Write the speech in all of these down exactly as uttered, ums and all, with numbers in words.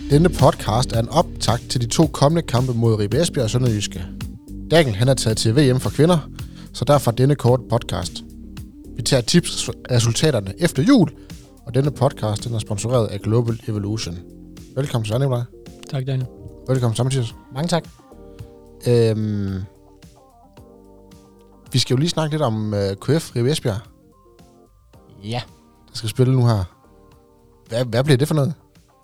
Denne podcast er en optakt til de to kommende kampe mod Ribe Esbjerg og Sønderjyske. Daniel han er taget til V M for kvinder, så derfor denne kort podcast. Vi tager tips og resultaterne efter jul, og denne podcast den er sponsoreret af Global Evolution. Velkommen til Nikolaj. Tak, Daniel. Velkommen til Mathias. Mange tak. Øhm, vi skal jo lige snakke lidt om uh, K F Ribe Esbjerg. Ja. Der skal spille nu her. Hvad, hvad bliver det for noget?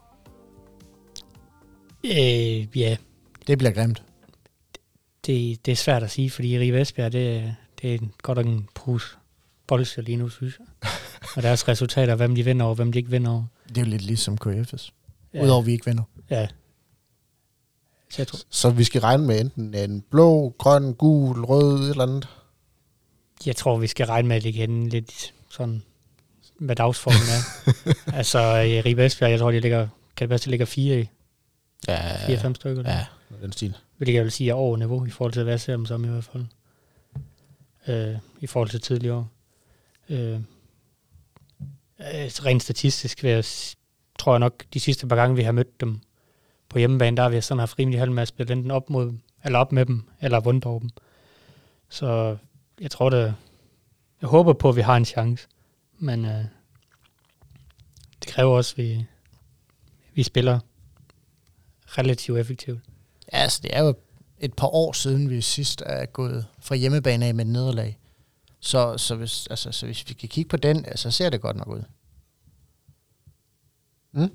Øh, ja. Det bliver grimt. Det, det er svært at sige, fordi Ribe Esbjerg, det, det er godt nok en pose bolsjer lige nu, synes jeg. Og deres resultater, hvem de vinder over, hvem de ikke vinder over. Det er jo lidt ligesom K F's. Ja. Udover vi ikke vinder. Ja. Så, jeg tror, Så vi skal regne med enten en blå, grøn, gul, rød, et eller andet? jeg tror, vi skal regne med, at det kan lidt sådan, hvad dagsformen er. Altså, i Ribe Esbjerg, jeg tror, de ligger, kan det bedste ligger fire i? Ja, Fire-fem stykker. Der. Ja, den stil. Hvilket jeg vil sige er over niveau, i forhold til, hvad jeg ser dem som i hvert fald. Øh, I forhold til tidligere år. Øh, rent statistisk vil jeg, tror jeg nok, de sidste par gange, vi har mødt dem på hjemmebane, der har vi sådan haft rimelig halv med at spille enten op, mod, eller op med dem, eller vundet over dem. Så jeg tror det, jeg håber på, at vi har en chance. Men øh, det kræver også, at vi, vi spiller relativt effektivt. Ja, altså det er jo et par år siden, vi sidst er gået fra hjemmebane af med et nederlag. Så, så, hvis, altså, så hvis vi kan kigge på den, så ser det godt nok ud. Mm.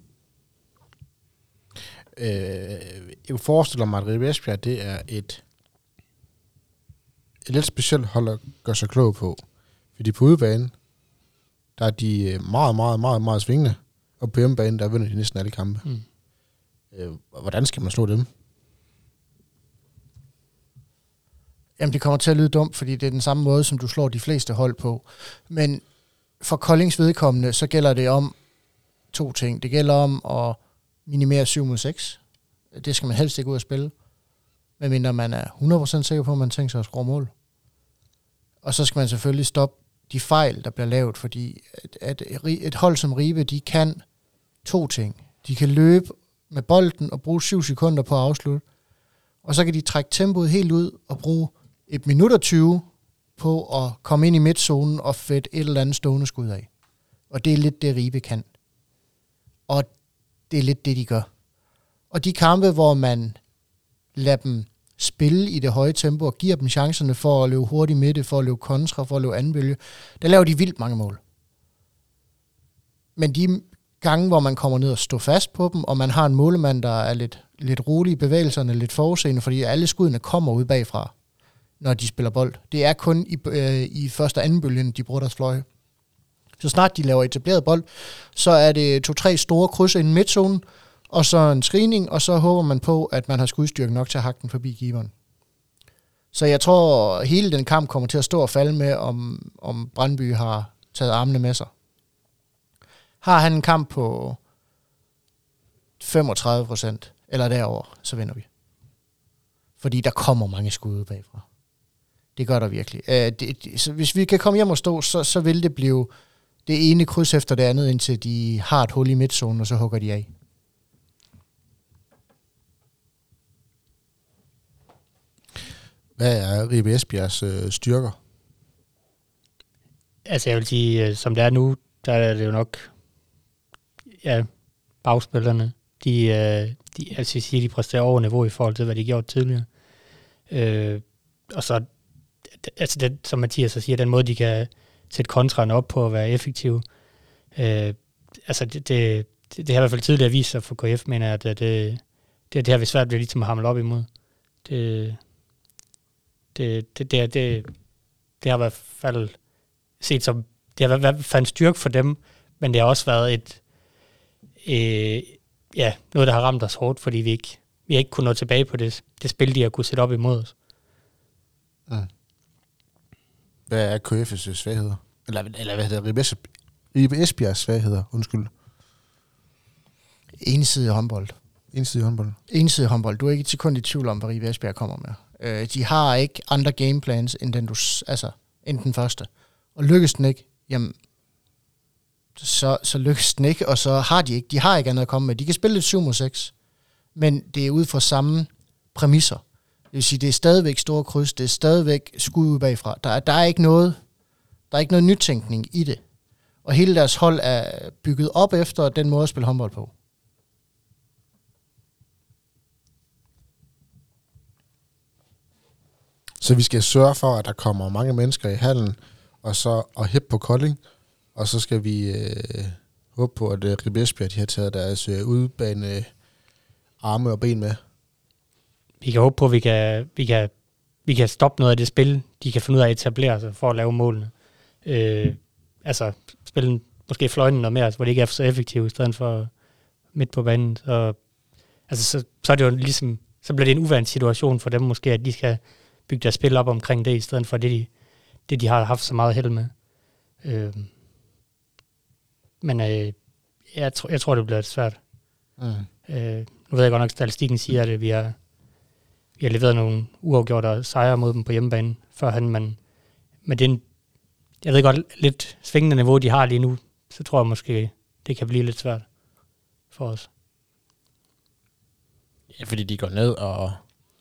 Øh, jeg forestiller mig, at Ribe Esbjerg, det er et, et lidt specielt hold at gøre sig klog på. Fordi på udebane, der er de meget, meget, meget, meget svingende. Og på hjemmebane, der vinder de næsten alle kampe. Mm. Øh, hvordan skal man slå dem? Jamen det kommer til at lyde dumt, fordi det er den samme måde, som du slår de fleste hold på. Men for Koldings vedkommende, så gælder det om to ting. Det gælder om at minimere syv mod seks. Det skal man helst ikke ud at spille. Medmindre man er hundrede procent sikker på, at man tænker sig at score mål. Og så skal man selvfølgelig stoppe de fejl, der bliver lavet, fordi at, at et hold som Ribe, de kan to ting. De kan løbe med bolden og bruge syv sekunder på at afslutte. Og så kan de trække tempoet helt ud og bruge et minut og tyve på at komme ind i midtzonen og fætte et eller andet stående skud af. Og det er lidt det, Ribe kan. Og det er lidt det, de gør. Og de kampe, hvor man lader dem spille i det høje tempo og giver dem chancerne for at løbe hurtigt midte, for at løbe kontra, for at løbe anden bølge, der laver de vildt mange mål. Men de gange, hvor man kommer ned og står fast på dem, og man har en målmand, der er lidt, lidt rolig i bevægelserne, lidt forudseende, fordi alle skuddene kommer ud bagfra, når de spiller bold. Det er kun i, øh, i første og anden bølgen, de bruger deres fløje. Så snart de laver etableret bold, så er det to-tre store krydser i midtzonen, og så en screening, og så håber man på, at man har skudstyrke nok til at hakke den forbi keeperen. Så jeg tror, at hele den kamp kommer til at stå og falde med, om, om Brandby har taget armene med sig. Har han en kamp på femogtredive procent eller derover, så vinder vi. Fordi der kommer mange skud bagfra. Det gør der virkelig. Uh, det, det, så hvis vi kan komme hjem og stå, så, så vil det blive det ene kryds efter det andet, indtil de har et hul i midtzonen, og så hugger de af. Hvad er Ribe Esbjergs øh, styrker? Altså jeg vil sige, som det er nu, der er det jo nok, ja, bagspillerne, de, de, altså jeg siger, de præsterer over niveau i forhold til, hvad de gjorde tidligere. Øh, og så, altså det, som Mathias siger, den måde, de kan sætte kontraen op på at være effektive. Øh, altså det, det, det har i hvert fald tidligere vist sig for K F, mener jeg, at det, det, det, det har vi svært ved ligesom at hamle op imod. Det, det, det, det, det, det har i hvert fald set som, det har i hvert fald en styrke for dem, men det har også været et, øh, ja, noget, der har ramt os hårdt, fordi vi ikke, vi har ikke kunnet nå tilbage på det, det spil, de har kunne sætte op imod os. Mm. Hvad er K F's svagheder? Eller, eller hvad hedder Ribe, Ribe Esbjergs svagheder? Undskyld. Ensidig håndbold. Ensidig håndbold. Ensidig håndbold. Du er ikke et sekund i tvivl om, hvad Ribe Esbjerg kommer med. Uh, de har ikke andre gameplans, end den, du, altså, end den første. Og lykkes den ikke, jamen, så, så lykkes den ikke, og så har de ikke, de har ikke andet at komme med. De kan spille lidt syv mod seks, men det er ud fra samme præmisser. Det vil sige, det er stadigvæk store kryds, det er stadigvæk skud ud bagfra. Der er, der er ikke noget, der er ikke noget nytænkning i det. Og hele deres hold er bygget op efter den måde at spille håndbold på. Så vi skal sørge for, at der kommer mange mennesker i hallen, og så og hip på Kolding, og så skal vi øh, håbe på, at øh, Ribe Esbjerg, de har taget deres øh, udbane øh, arme og ben med. Vi kan håbe på, at vi kan, vi kan, vi kan stoppe noget af det spil, de kan finde ud af at etablere sig for at lave målene. Øh, altså spille måske fløjten noget mere, altså, hvor det ikke er så effektivt, i stedet for midt på banen. Så, altså, så, så er det jo ligesom, så bliver det en uvant situation for dem måske, at de skal bygge deres spil op omkring det, i stedet for det, de, det, de har haft så meget held med. Øh, men øh, jeg, tr- jeg tror, det bliver svært. Mm. Øh, nu ved jeg godt nok, at statistikken siger, at vi har, vi har leveret nogle uafgjorte sejre mod dem på hjemmebane førhen, men med den, jeg ved godt, lidt svingende niveau, de har lige nu, så tror jeg måske, det kan blive lidt svært for os. Ja, fordi de går ned og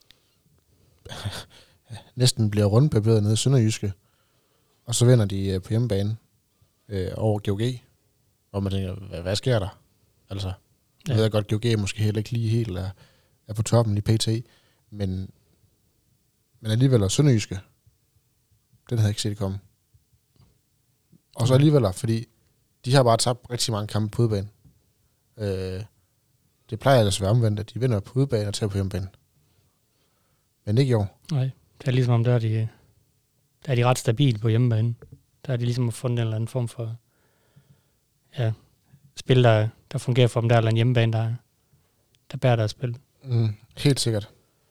næsten bliver rundbarberet nede i Sønderjyske, og så vinder de øh, på hjemmebane øh, over G O G, og man tænker, hvad, hvad sker der? Altså, jeg ja. ved jeg godt, G O G måske heller ikke lige helt er, er på toppen i P T, men, men alligevel er Sønderjyske, den havde jeg ikke set komme. Og så alligevel, fordi de har bare tabt rigtig mange kampe på udebane. Øh, det plejer ellers at være omvendt, at de vinder på udebane og tager på hjemmebane. Men ikke i år. Nej, det er ligesom om, der er de, der er de ret stabile på hjemmebane. Der er de ligesom fundet en eller anden form for ja, spil, der, der fungerer for dem der, eller en hjemmebane, der, der bærer deres spil. Mm, helt sikkert.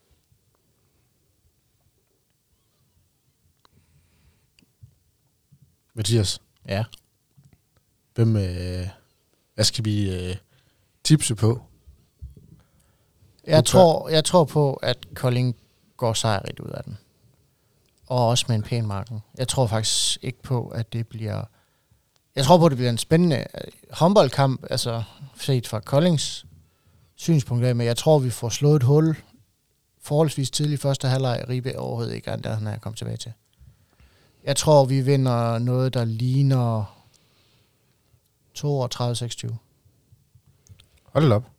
Mathias. Ja. Hvem, øh, hvad skal vi øh, tipse på? Jeg tror, jeg tror på, at Kolding går sejrigt ud af den. Og også med en pæn marken. Jeg tror faktisk ikke på, at det bliver... Jeg tror på, at det bliver en spændende håndboldkamp, altså set fra Koldings synspunkt af, men jeg tror, vi får slået et hul forholdsvis tidligt første halvleg. Ribe overhovedet ikke, der han er kommet tilbage til. Jeg tror, vi vinder noget, der ligner toogtredive seksogtyve. Hold op.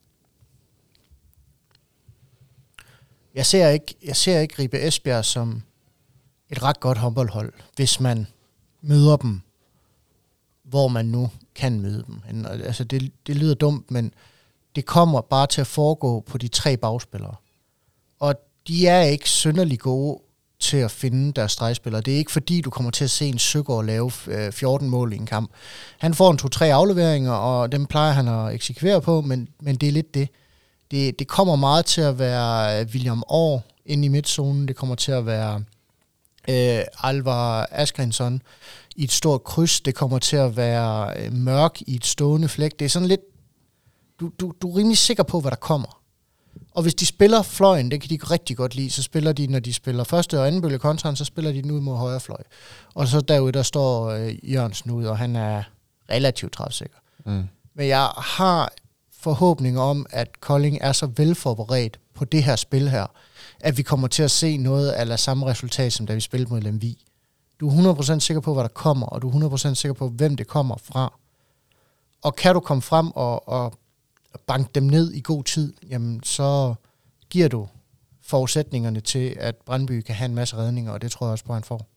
Jeg ser ikke, jeg ser ikke Ribe Esbjerg som et ret godt håndboldhold, hvis man møder dem, hvor man nu kan møde dem. Altså det, det lyder dumt, men det kommer bare til at foregå på de tre bagspillere. Og de er ikke synderligt gode til at finde deres stregspillere. Det er ikke fordi, du kommer til at se en Søgaard lave fjorten mål i en kamp. Han får en to-tre afleveringer, og dem plejer han at eksekvere på, men, men det er lidt det. det. Det kommer meget til at være William Aar inde i midtzonen. Det kommer til at være øh, Alvar Askrinsson i et stort kryds. Det kommer til at være øh, Mørk i et stående flæk. Det er sådan lidt... Du, du, du er rimelig sikker på, hvad der kommer. Og hvis de spiller fløjen, det kan de rigtig godt lide, så spiller de, når de spiller første og anden bølge kontraen, så spiller de den ud mod højre fløj. Og så derude, der står øh, Jørgensen ud, og han er relativt træfsikker. Mm. Men jeg har forhåbninger om, at Kolding er så velforberedt på det her spil her, at vi kommer til at se noget af samme resultat, som da vi spillede mod Lemvig. Du er hundrede procent sikker på, hvad der kommer, og du er hundrede procent sikker på, hvem det kommer fra. Og kan du komme frem og, og banke dem ned i god tid, jamen så giver du forudsætningerne til, at Brandby kan have en masse redninger, og det tror jeg også på, han får.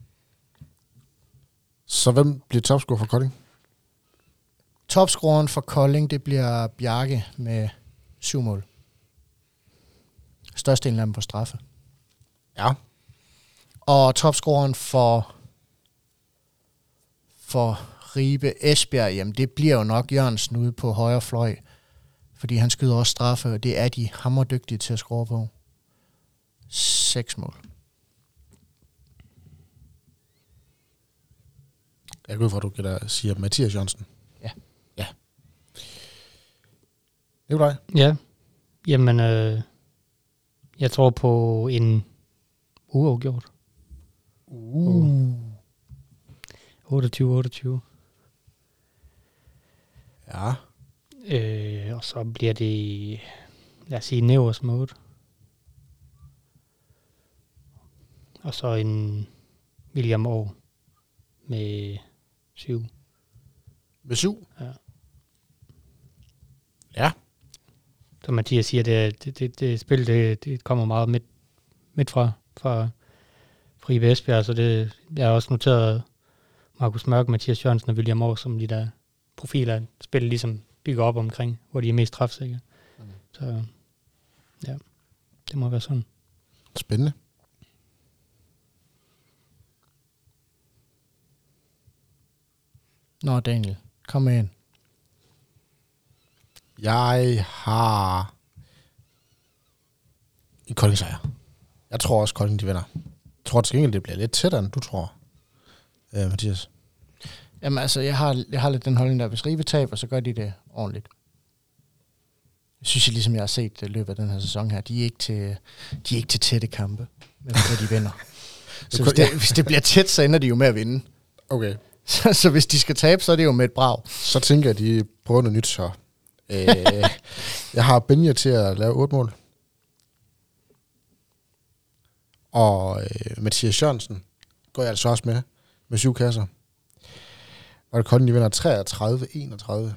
Så hvem bliver topscorer for Kolding? Topscoreren for Kolding, det bliver Bjarke med syv mål. Størstedelen af dem på straffe. Ja. Og topscoreren for for Ribe Esbjerg, jamen det bliver jo nok Jørgensen ude på højre fløj, fordi han skyder også straffe, og det er de hammerdygtige til at score på. Seks mål. Jeg går ud fra, at du kan da sige Mathias Jørgensen. Ja. Ja. Det er dig. Ja. Jamen, øh, jeg tror på en uafgjort. Uh. otteogtyve otteogtyve. Ja. Øh, og så bliver det lad os sige Nevers med otte. Og så en William Aar med syv. Med syv? Ja. Ja. Som Mathias siger, det, det, det, det spil, det, det kommer meget midt, midt fra, fra Fri Esbjerg, så det, jeg har også noteret Markus Mørk, Mathias Jørgensen og William Aar som de der profiler, spillet ligesom bygger op omkring, hvor de er mest træfsikre. Mm. Så ja, det må være sådan. Spændende. Nå, Daniel, kom med ind. Jeg har en Kolding sejr. Jeg tror også, Kolding de vinder. Jeg tror til gengæld, det bliver lidt tættere, end du tror, øh, Mathias. Jamen altså, jeg har, jeg har lidt den holdning der, hvis Ribe taber, så gør de det ordentligt. Jeg synes jeg, ligesom jeg har set det løbet af den her sæson her, de er ikke til, de er ikke til tætte kampe, men de vinder. Så hvis det, hvis det bliver tæt, så ender de jo med at vinde. Okay. Så, så hvis de skal tabe, så er det jo med et brag. Så tænker jeg, at de prøver noget nyt så. øh, jeg har Benja til at lave otte mål. Og øh, Mathias Jørgensen går jeg altså også med, med syv kasser. Og det Kolding, de vinder treogtredive enogtredive.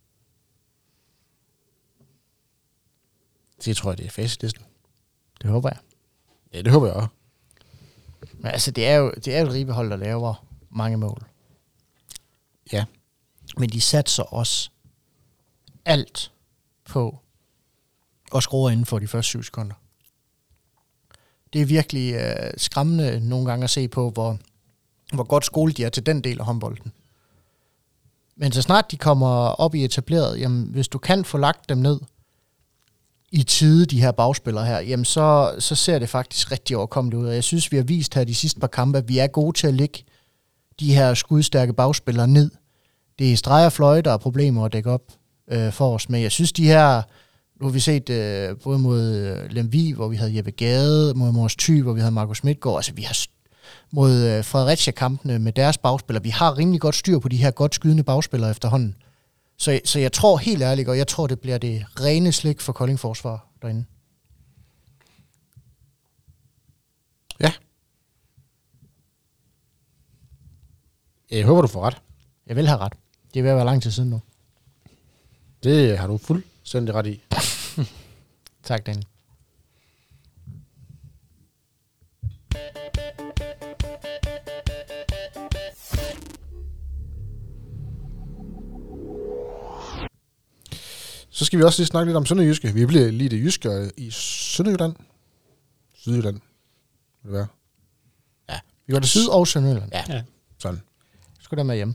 Det tror jeg, det er facitlisten. Det håber jeg. Ja, det håber jeg også. Men altså, det er jo, det er jo et ribehold, der laver mange mål. Ja. Men de satser også alt på at score inden for de første syv sekunder. Det er virkelig øh, skræmmende nogle gange at se på, hvor, hvor godt skole de er til den del af håndbolden. Men så snart de kommer op i etableret, jamen hvis du kan få lagt dem ned i tide, de her bagspillere her, jamen så, så ser det faktisk rigtig overkommeligt ud. Og jeg synes, vi har vist her de sidste par kampe, at vi er gode til at lægge de her skudstærke bagspillere ned. Det er streger og fløjte, der er problemer at dække op øh, for os. Men jeg synes, de her, nu har vi set øh, både mod øh, Lemvi, hvor vi havde Jeppe Gade, mod Mors Thy, hvor vi havde Markus Midtgaard. Altså vi har st- mod øh, Fredericia-kampene med deres bagspillere. Vi har rimelig godt styr på de her godt skydende bagspillere efterhånden. Så, så jeg tror helt ærligt, og jeg tror, det bliver det rene slik for Kolding Forsvar derinde. Ja. Jeg håber, du får ret. Jeg vil have ret. Det er ved at være lang tid siden nu. Det har du fuldstændig ret i. Tak, Daniel. Så skal vi også lige snakke lidt om Sønderjyske. Vi bliver lige det jyske i Sønderjylland. Sydjylland. Vil det være? Ja. Vi går det Syd- og Sønderjylland. Ja. ja. Sådan. Skal der med hjem?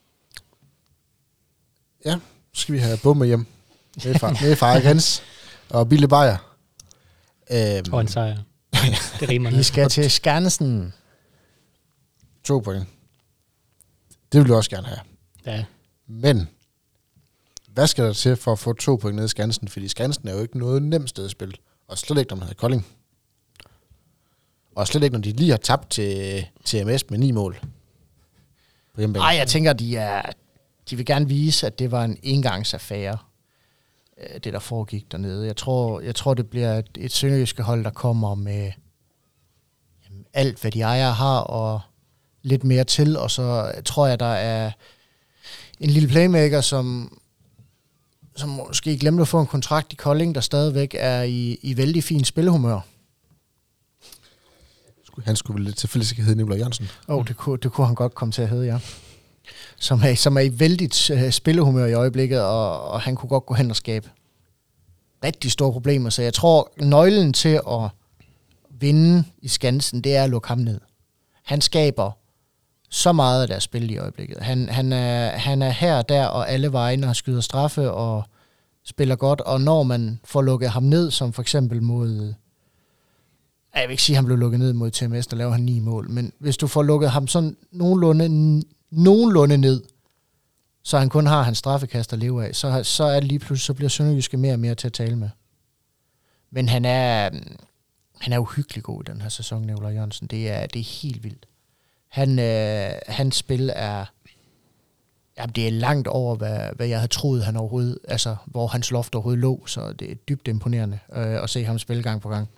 Ja, så skal vi have bum med hjem. Med far, med far Grens og Bille Bayer. Øhm, og en sejr. Det rimer. Vi skal til Skansen. To point. Det vil du også gerne have. Ja. Men hvad skal der til for at få to point ned i Skansen? Fordi Skansen er jo ikke noget nemt sted at spille. Og slet ikke, når man hedder Kolding. Og slet ikke, når de lige har tabt til T M S med ni mål. Nej, jeg tænker, de er, de vil gerne vise, at det var en engangsaffære, det der foregik dernede. Jeg tror, jeg tror det bliver et, et sønderjyske hold, der kommer med jamen, alt, hvad de ejer har, og lidt mere til. Og så tror jeg, der er en lille playmaker, som, som måske glemte at få en kontrakt i Kolding, der stadigvæk er i, i vældig fin spillehumør. Han skulle vel tilfældigvis ikke hedde Nikolaj Jørgensen. Åh, oh, det, kunne, det kunne han godt komme til at hedde, ja. Som er, som er i vældigt uh, spillehumør i øjeblikket, og, og han kunne godt gå hen og skabe rigtig store problemer. Så jeg tror, nøglen til at vinde i Skansen, det er at lukke ham ned. Han skaber så meget af deres spil i øjeblikket. Han, han, er, han er her og der, og alle vegne og skyder straffe og spiller godt. Og når man får lukket ham ned, som for eksempel mod... Jeg vil ikke sige, at han blev lukket ned mod T M S, der laver han ni mål, men hvis du får lukket ham sådan nogenlunde, nogenlunde ned, så han kun har hans straffekast at leve af, så, så er det lige pludselig, så bliver Sønderjyske mere og mere til at tale med. Men han er, han er uhyggelig god i den her sæson, Nikolaj Jørgensen. Det er, det er helt vildt. Han, øh, hans spil er Ja, det er langt over, hvad, hvad jeg havde troet, han overhovedet, altså hvor hans loft overhovedet lå, så det er dybt imponerende øh, at se ham spille gang på gang.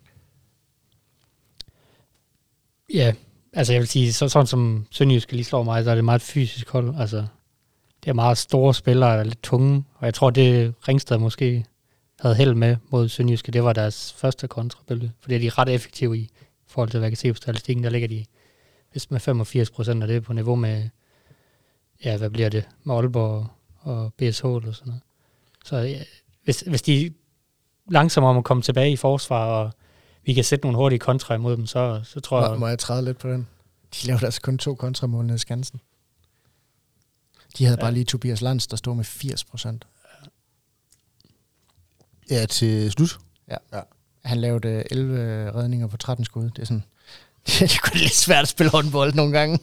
Ja, altså jeg vil sige, så, sådan som Sønderjyske lige slår mig, så er det meget fysisk hold. Altså, det er meget store spillere, der er lidt tunge, og jeg tror, det Ringsted måske havde held med mod Sønderjyske, det var deres første kontrabølge, fordi de er ret effektive i forhold til, hvad jeg kan se på statistikken, der ligger de hvis med femogfirs procent af det på niveau med, ja, hvad bliver det, med Aalborg og B S H eller sådan noget. Så ja, hvis, hvis de langsomt om at komme tilbage i forsvar, og vi kan sætte nogle hurtige kontra imod dem, så, så tror må, jeg... Må jeg træde lidt på den? De lavede altså kun to kontramål nede i Skansen. De havde ja. bare lige Tobias Lands, der stod med firs procent. Ja, til slut. Ja. ja. Han lavede elleve redninger på tretten skud. Det er sådan... det er kun lidt svært at spille håndbold nogle gange.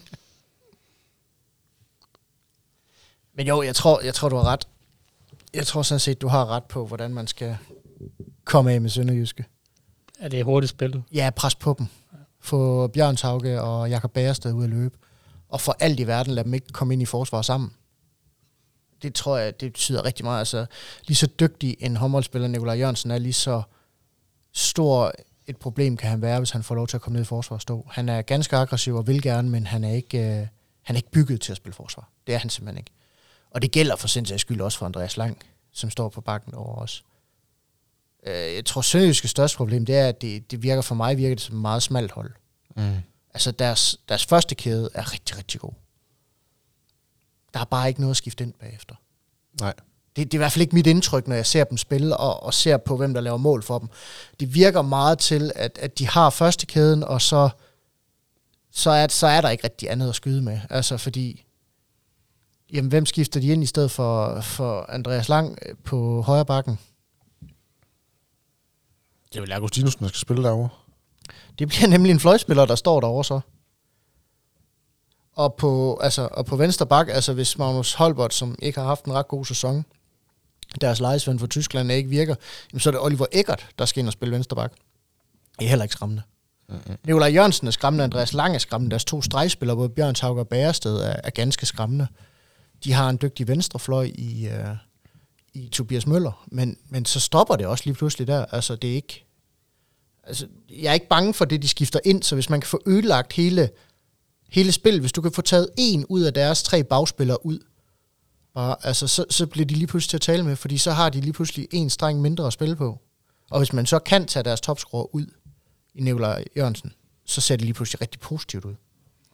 Men jo, jeg tror, jeg tror, du har ret. Jeg tror sådan set, du har ret på, hvordan man skal komme af med Sønderjyske. Er det hurtigt spillet? Ja, pres på dem. Få Bjørnshauge og Jakob Bagersted ud at løbe. Og for alt i verden, lad dem ikke komme ind i forsvar sammen. Det tror jeg, det betyder rigtig meget. Altså, lige så dygtig en håndboldspiller Nikolaj Jørgensen er, lige så stor et problem kan han være, hvis han får lov til at komme ned i forsvar og stå. Han er ganske aggressiv og vil gerne, men han er ikke, øh, han er ikke bygget til at spille forsvar. Det er han simpelthen ikke. Og det gælder for sindssygt skyld også for Andreas Lang, som står på bakken over os. Øh, jeg tror, Sønderjyskes største problem, det er, at det, det virker for mig virker det som et meget smalt hold. Mm. Altså, deres, deres første kæde er rigtig, rigtig god. Der er bare ikke noget at skifte ind bagefter. Nej. Det, det er i hvert fald ikke mit indtryk, når jeg ser dem spille, og, og ser på, hvem der laver mål for dem. Det virker meget til, at, at de har første kæden, og så, så, er, så er der ikke rigtig andet at skyde med. Altså, fordi... Jamen, hvem skifter de ind i stedet for, for Andreas Lang på højre bakken? Det er vel Agustinussen, der skal spille derovre. Det bliver nemlig en fløjspiller, der står derovre så. Og på, altså, og på venstre bak, altså hvis Magnus Holbert, som ikke har haft en ret god sæson, deres lejesvend for Tyskland ikke virker, jamen, så er det Oliver Eckert, der skal ind og spille venstre bak. Det er heller ikke skræmmende. Mm-hmm. Nikolaj Jørgensen er skræmmende, Andreas Lang er skræmmende, deres to stregspillere, både Bjørnshauge og Bagersted, er, er ganske skræmmende. De har en dygtig venstrefløj i, uh, i Tobias Møller, men, men så stopper det også lige pludselig der. Altså, det er ikke... Altså, jeg er ikke bange for det, de skifter ind, så hvis man kan få ødelagt hele, hele spillet, hvis du kan få taget en ud af deres tre bagspillere ud, bare, altså, så, så bliver de lige pludselig til at tale med, fordi så har de lige pludselig en streng mindre at spille på. Og hvis man så kan tage deres topscorer ud i Nikolaj Jørgensen, så ser det lige pludselig rigtig positivt ud.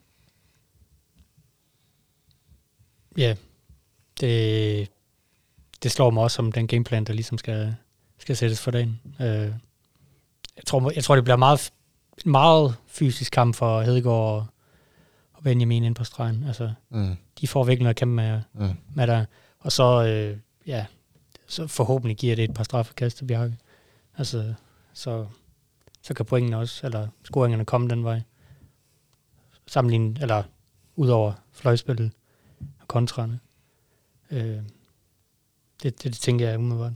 Ja, det, det slår mig også som den gameplan, der ligesom skal, skal sættes for dagen. Uh, jeg, tror, jeg tror, det bliver meget, meget fysisk kamp for Hedegaard og, og Benjamin ind på stregen. Altså, mm. de får virkelig noget at kæmpe med, mm. med der. Og så, uh, ja, så forhåbentlig giver det et par straffekast til Bjarke. Altså, så, så kan pointene også, eller scoringerne komme den vej. Sammenlignet, eller ud over fløjspillet. Kontrerne. Øh, det, det, det tænker jeg umiddelbart.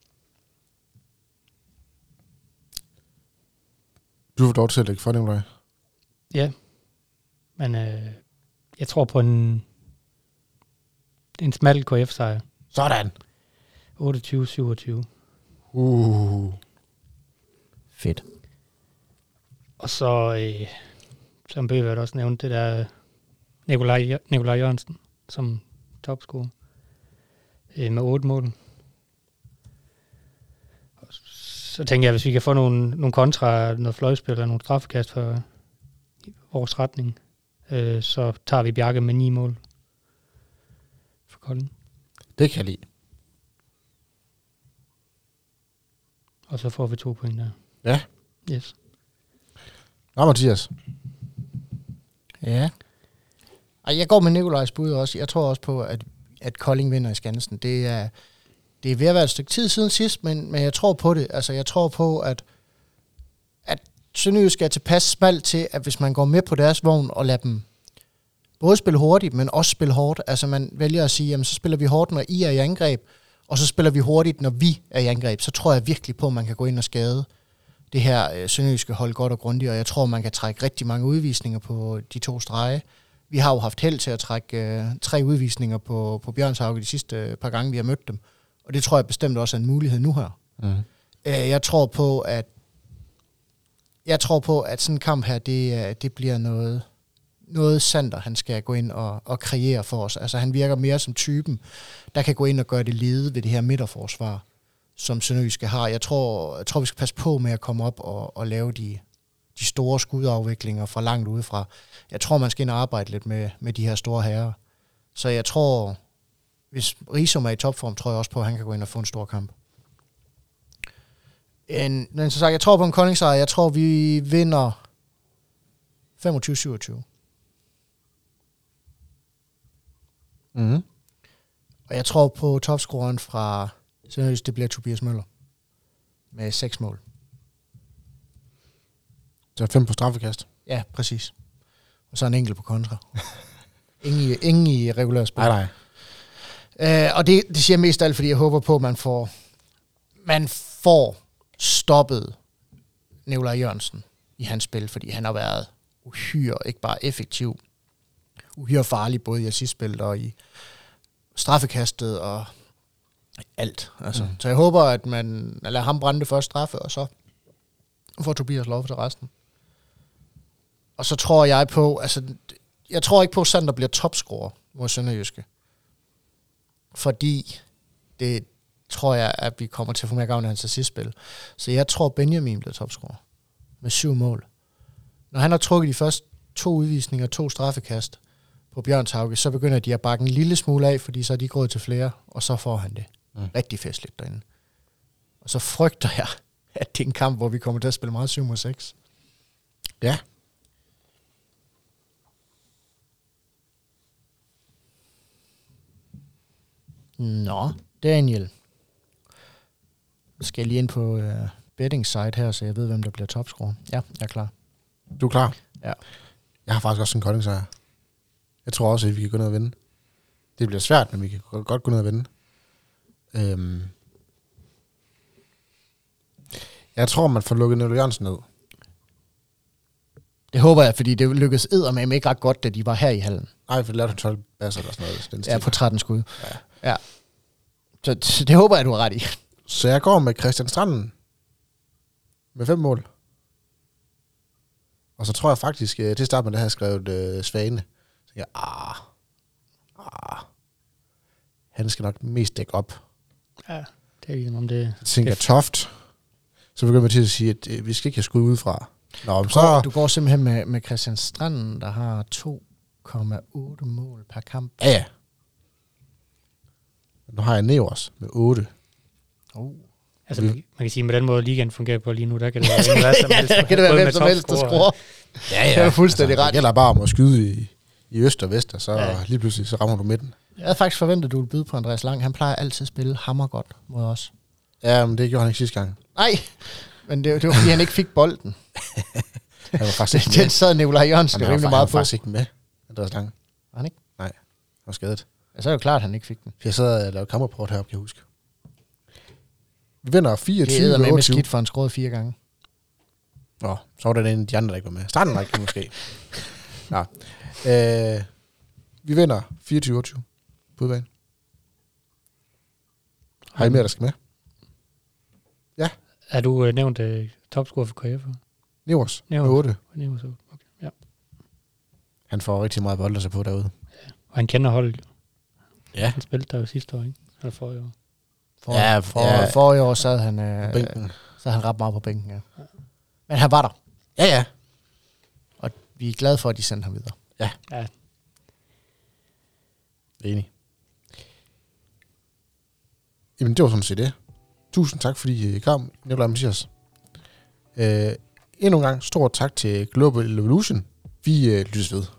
Du får lov til at lægge for dem, Ja. Men øh, jeg tror på en en smal K F-sejr. Sådan. otteogtyve syvogtyve. Uh. Fedt. Og så, øh, som Bøgeværd også nævnte, det der Nikolaj, Nikolaj Jørgensen som topscorer øh, med otte mål. Så tænker jeg, hvis vi kan få nogle, nogle kontra, noget fløjspil og nogle straffekast for vores retning, øh, så tager vi Bjarke med ni mål for Kolding. Det kan jeg lide. Og så får vi to point der. Ja. Yes. Nå, Mathias. Ja. Og jeg går med Nikolajs bud også. Jeg tror også på, at, at Kolding vinder i Skansen. Det er, det er ved at være et stykke tid siden sidst, men, men jeg tror på det. Altså, jeg tror på, at, at Sønderjysk er tilpas smalt til, at hvis man går med på deres vogn og lader dem både spille hurtigt, men også spille hårdt. Altså, man vælger at sige, jamen, så spiller vi hårdt, når I er i angreb, og så spiller vi hurtigt, når vi er i angreb. Så tror jeg virkelig på, at man kan gå ind og skade det her øh, sønderjyske hold godt og grundigt, og jeg tror, man kan trække rigtig mange udvisninger på de to strege. Vi har jo haft held til at trække øh, tre udvisninger på, på Bjørnshauge de sidste øh, par gange, vi har mødt dem. Og det tror jeg bestemt også er en mulighed nu her. Mm. Øh, jeg tror på, at jeg tror på, at sådan en kamp her, det, det bliver noget, noget Sander, han skal gå ind og, og kreere for os. Altså han virker mere som typen, der kan gå ind og gøre det lede ved det her midterforsvar, som Sønderjyske har. Jeg tror, jeg tror, vi skal passe på med at komme op og, og lave de, de store skudafviklinger fra langt udefra. Jeg tror, man skal ind og arbejde lidt med, med de her store herrer. Så jeg tror, hvis Risum er i topform, tror jeg også på, at han kan gå ind og få en stor kamp. En, men som sagt, jeg tror på en Kolding-sejr. Jeg tror, vi vinder femogtyve syvogtyve. Mm. Og jeg tror på topscoreren fra Sønderjysk, det bliver Tobias Møller. Med seks mål. Så fem på straffekast. Ja, præcis. Og så en enkelt på kontra. ingen, i, ingen i regulær spil. Nej, nej. Øh, og det, det siger mest af alt, fordi jeg håber på, at man får, man får stoppet Nikolaj Jørgensen i hans spil, fordi han har været uhyre, ikke bare effektiv, uhyre farlig, både i assistspillet og i straffekastet og alt. Altså. Mm. Så jeg håber, at man lader ham brænde det første straffe, og så får Tobias lov til resten. Og så tror jeg på, altså, jeg tror ikke på, at Sander bliver topscorer mod Sønderjyske. Fordi det tror jeg, at vi kommer til at få mere gavn af hans assistspil. Så jeg tror, Benjamin bliver topscorer med syv mål. Når han har trukket de første to udvisninger, to straffekast på Bjørnshauge, så begynder de at bakke en lille smule af, fordi så er de gået til flere, og så får han det mm. rigtig festligt derinde. Og så frygter jeg, at det er en kamp, hvor vi kommer til at spille meget syv mod seks. Ja. Nå, Daniel. Så skal jeg lige ind på uh, betting site her, så jeg ved, hvem der bliver topscorer. Ja, jeg er klar. Du er klar? Ja. Jeg har faktisk også en Kolding-sejr. Jeg tror også, at vi kan gå ned og vinde. Det bliver svært, men vi kan godt gå ned og vinde. Øhm. Jeg tror, man får lukket Nikolaj Jørgensen ned. Det håber jeg, fordi det lykkedes eddermame ikke ret godt, da de var her i hallen. Nej, for det lavede tolv basser eller sådan noget. Den ja, på tretten skud. Ja. Ja. Så, så det håber jeg, du har ret i. Så jeg går med Christian Stranden med fem mål. Og så tror jeg faktisk, til at starte med, der har jeg skrevet øh, Svane. Så jeg, ah, ah, han skal nok mest dække op. Ja, det er ligesom om det... Jeg tænker det... Toft. Så begynder jeg til at sige, at øh, vi skal ikke have skud udefra. Nå, du, så... går, du går simpelthen med, med Christian Stranden, der har to komma otte mål per kamp. Ja, ja. Nu har jeg Nevers med otte. Oh. Altså, man, man kan sige, at med den måde, ligaen fungerer på lige nu, der kan det være hvad som helst. ja, der kan det være hvem som helst, der scorer. Ja, ja. Det er fuldstændig altså, ret. Det gælder bare om at skyde i, i øst og vest, og så ja. lige pludselig så rammer du midten. Jeg havde faktisk forventet, at du ville byde på Andreas Lang. Han plejer altid at spille hammer godt mod os. Ja, men det gjorde han ikke sidste gang. Nej, men det, det var fordi, han ikke fik bolden. Han var faktisk ikke med. Den sad Nikolaj Jørgensen rimelig meget på. Han var faktisk ikke med, Andreas Lang. Var han ikke? Nej, han var skadet. Ja, så er det jo klart, at han ikke fik den. Jeg sad og lavede kamerapport heroppe, kan jeg huske. Vi vinder fireogtyve det er med skidt, for han skruede fire gange. Nå, så var der en af de andre, der ikke var med. Starten var ikke måske. Nå. Øh, vi vinder fireogtyve otteogtyve på udbanen. Har I mere, der skal med? Ja. Er du uh, nævnt uh, topscorer for K F? Nevers med otte. Nevers, okay. Ja. Han får rigtig meget bolde sig på derude. Ja. Og han kender holdet. Ja. Han spillede der jo sidste år, ikke? Eller forrige år. For, ja, for, ja. Forrige år sad han, øh, bænken. sad han ret meget på bænken, ja. Men han var der. Ja, ja. Og vi er glade for, at de sendte ham videre. Ja. Ja. Enig. Jamen, det var sådan set det. Tusind tak, fordi I kom, Nikolaj og Mathias. Øh, endnu en gang, stor tak til Global Evolution. Vi øh, lyttes ved.